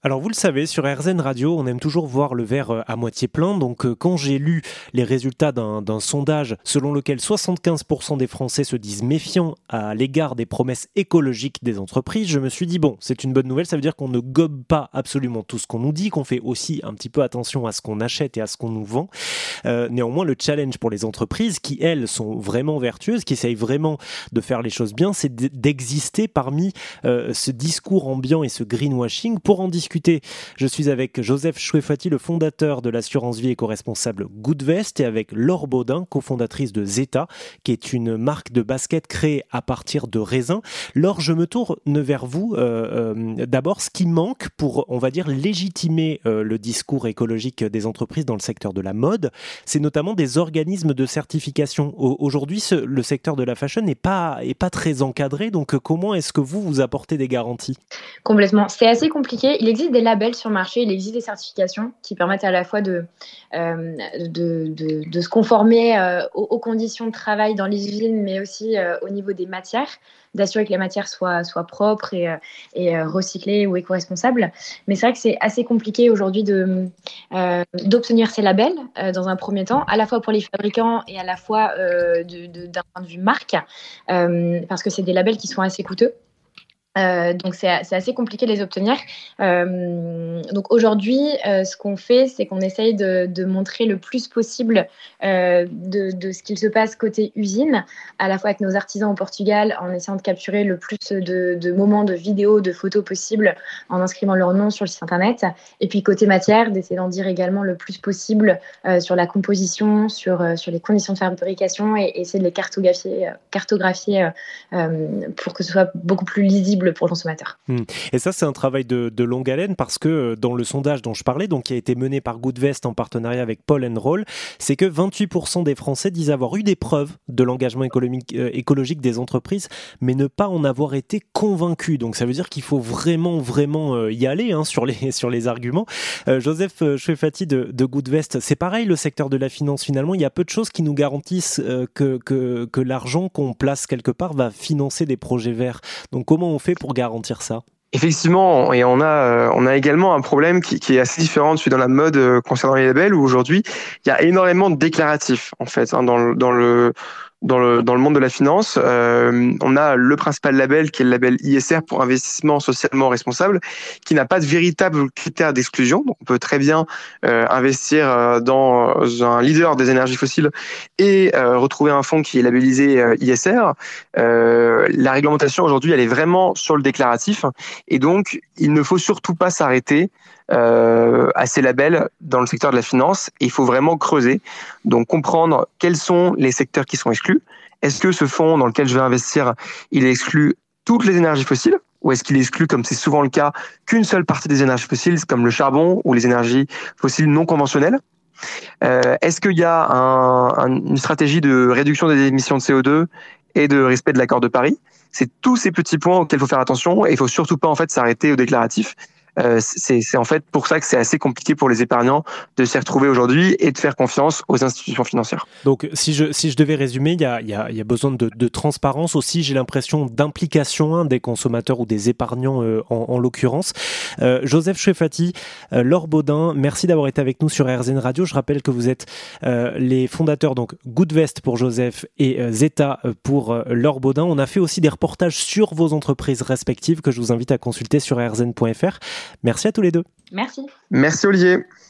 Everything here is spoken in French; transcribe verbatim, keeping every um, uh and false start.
Alors vous le savez, sur R Z N Radio, on aime toujours voir le verre à moitié plein. Donc euh, quand j'ai lu les résultats d'un, d'un sondage selon lequel soixante-quinze pour cent des Français se disent méfiants à l'égard des promesses écologiques des entreprises, je me suis dit bon, c'est une bonne nouvelle, ça veut dire qu'on ne gobe pas absolument tout ce qu'on nous dit, qu'on fait aussi un petit peu attention à ce qu'on achète et à ce qu'on nous vend. Euh, néanmoins, le challenge pour les entreprises qui, elles, sont vraiment vertueuses, qui essayent vraiment de faire les choses bien, c'est d'exister parmi euh, ce discours ambiant et ce greenwashing. Pour en discuter, je suis avec Joseph Chouefati, le fondateur de l'assurance vie éco-responsable Goodvest, et avec Laure Baudin, cofondatrice de Zeta, qui est une marque de basket créée à partir de raisins. Laure, je me tourne vers vous. Euh, euh, d'abord, ce qui manque pour, on va dire, légitimer euh, le discours écologique des entreprises dans le secteur de la mode, c'est notamment des organismes de certification. Au, aujourd'hui, ce, le secteur de la fashion n'est pas, est pas très encadré, donc comment est-ce que vous, vous apportez des garanties ? Complètement. C'est assez compliqué. Il existe des labels sur le marché, il existe des certifications qui permettent à la fois de, euh, de, de, de se conformer euh, aux, aux conditions de travail dans les usines, mais aussi euh, au niveau des matières, d'assurer que les matières soient, soient propres et, et euh, recyclées ou éco-responsables. Mais c'est vrai que c'est assez compliqué aujourd'hui de, euh, d'obtenir ces labels euh, dans un premier temps, à la fois pour les fabricants et à la fois euh, de, de, d'un point de vue marque, euh, parce que c'est des labels qui sont assez coûteux. Euh, donc c'est, c'est assez compliqué de les obtenir. Euh, donc aujourd'hui, euh, ce qu'on fait, c'est qu'on essaye de, de montrer le plus possible euh, de, de ce qu'il se passe côté usine, à la fois avec nos artisans au Portugal, en essayant de capturer le plus de, de moments, de vidéos, de photos possibles, en inscrivant leur nom sur le site internet. Et puis côté matière, d'essayer d'en dire également le plus possible euh, sur la composition, sur, euh, sur les conditions de fabrication, et, et essayer de les cartographier, euh, cartographier euh, pour que ce soit beaucoup plus lisible pour le consommateur. Et ça, c'est un travail de, de longue haleine, parce que dans le sondage dont je parlais, donc qui a été mené par Goodvest en partenariat avec Paul and Roll, c'est que vingt-huit pour cent des Français disent avoir eu des preuves de l'engagement économique, euh, écologique des entreprises, mais ne pas en avoir été convaincus. Donc ça veut dire qu'il faut vraiment, vraiment euh, y aller hein, sur, les, sur les arguments. Euh, Joseph Chouefati de, de Goodvest, c'est pareil, le secteur de la finance, finalement, il y a peu de choses qui nous garantissent euh, que, que, que l'argent qu'on place quelque part va financer des projets verts. Donc comment on fait pour garantir ça ? Effectivement, et on a euh, on a également un problème qui, qui est assez différent de celui dans la mode euh, concernant les labels, où aujourd'hui il y a énormément de déclaratifs en fait hein, dans le dans le dans le dans le monde de la finance. Euh, on a le principal label qui est le label I S R pour investissement socialement responsable, qui n'a pas de véritable critère d'exclusion. Donc on peut très bien euh, investir dans un leader des énergies fossiles et euh, retrouver un fonds qui est labellisé euh, I S R. Euh, la réglementation aujourd'hui, elle est vraiment sur le déclaratif, et donc il ne faut surtout pas s'arrêter Euh, à ces labels dans le secteur de la finance. Et il faut vraiment creuser, donc comprendre quels sont les secteurs qui sont exclus. Est-ce que ce fonds dans lequel je vais investir, il exclut toutes les énergies fossiles, ou est-ce qu'il exclut, comme c'est souvent le cas, qu'une seule partie des énergies fossiles, comme le charbon ou les énergies fossiles non conventionnelles? Euh, est-ce qu'il y a un, un, une stratégie de réduction des émissions de C O deux et de respect de l'accord de Paris? C'est tous ces petits points auxquels il faut faire attention, et il ne faut surtout pas en fait s'arrêter au déclaratif. Euh, c'est, c'est en fait pour ça que c'est assez compliqué pour les épargnants de s'y retrouver aujourd'hui et de faire confiance aux institutions financières. Donc si je, si je devais résumer, il y a, il y a, il y a besoin de, de transparence aussi, j'ai l'impression d'implication hein, des consommateurs ou des épargnants euh, en, en l'occurrence. Euh, Joseph Chouefati, euh, Laure Baudin, merci d'avoir été avec nous sur R Z N Radio. Je rappelle que vous êtes euh, les fondateurs, donc Goodvest pour Joseph et euh, Zeta pour euh, Laure Baudin. On a fait aussi des reportages sur vos entreprises respectives que je vous invite à consulter sur r z n point f r. Merci à tous les deux. Merci. Merci Olivier.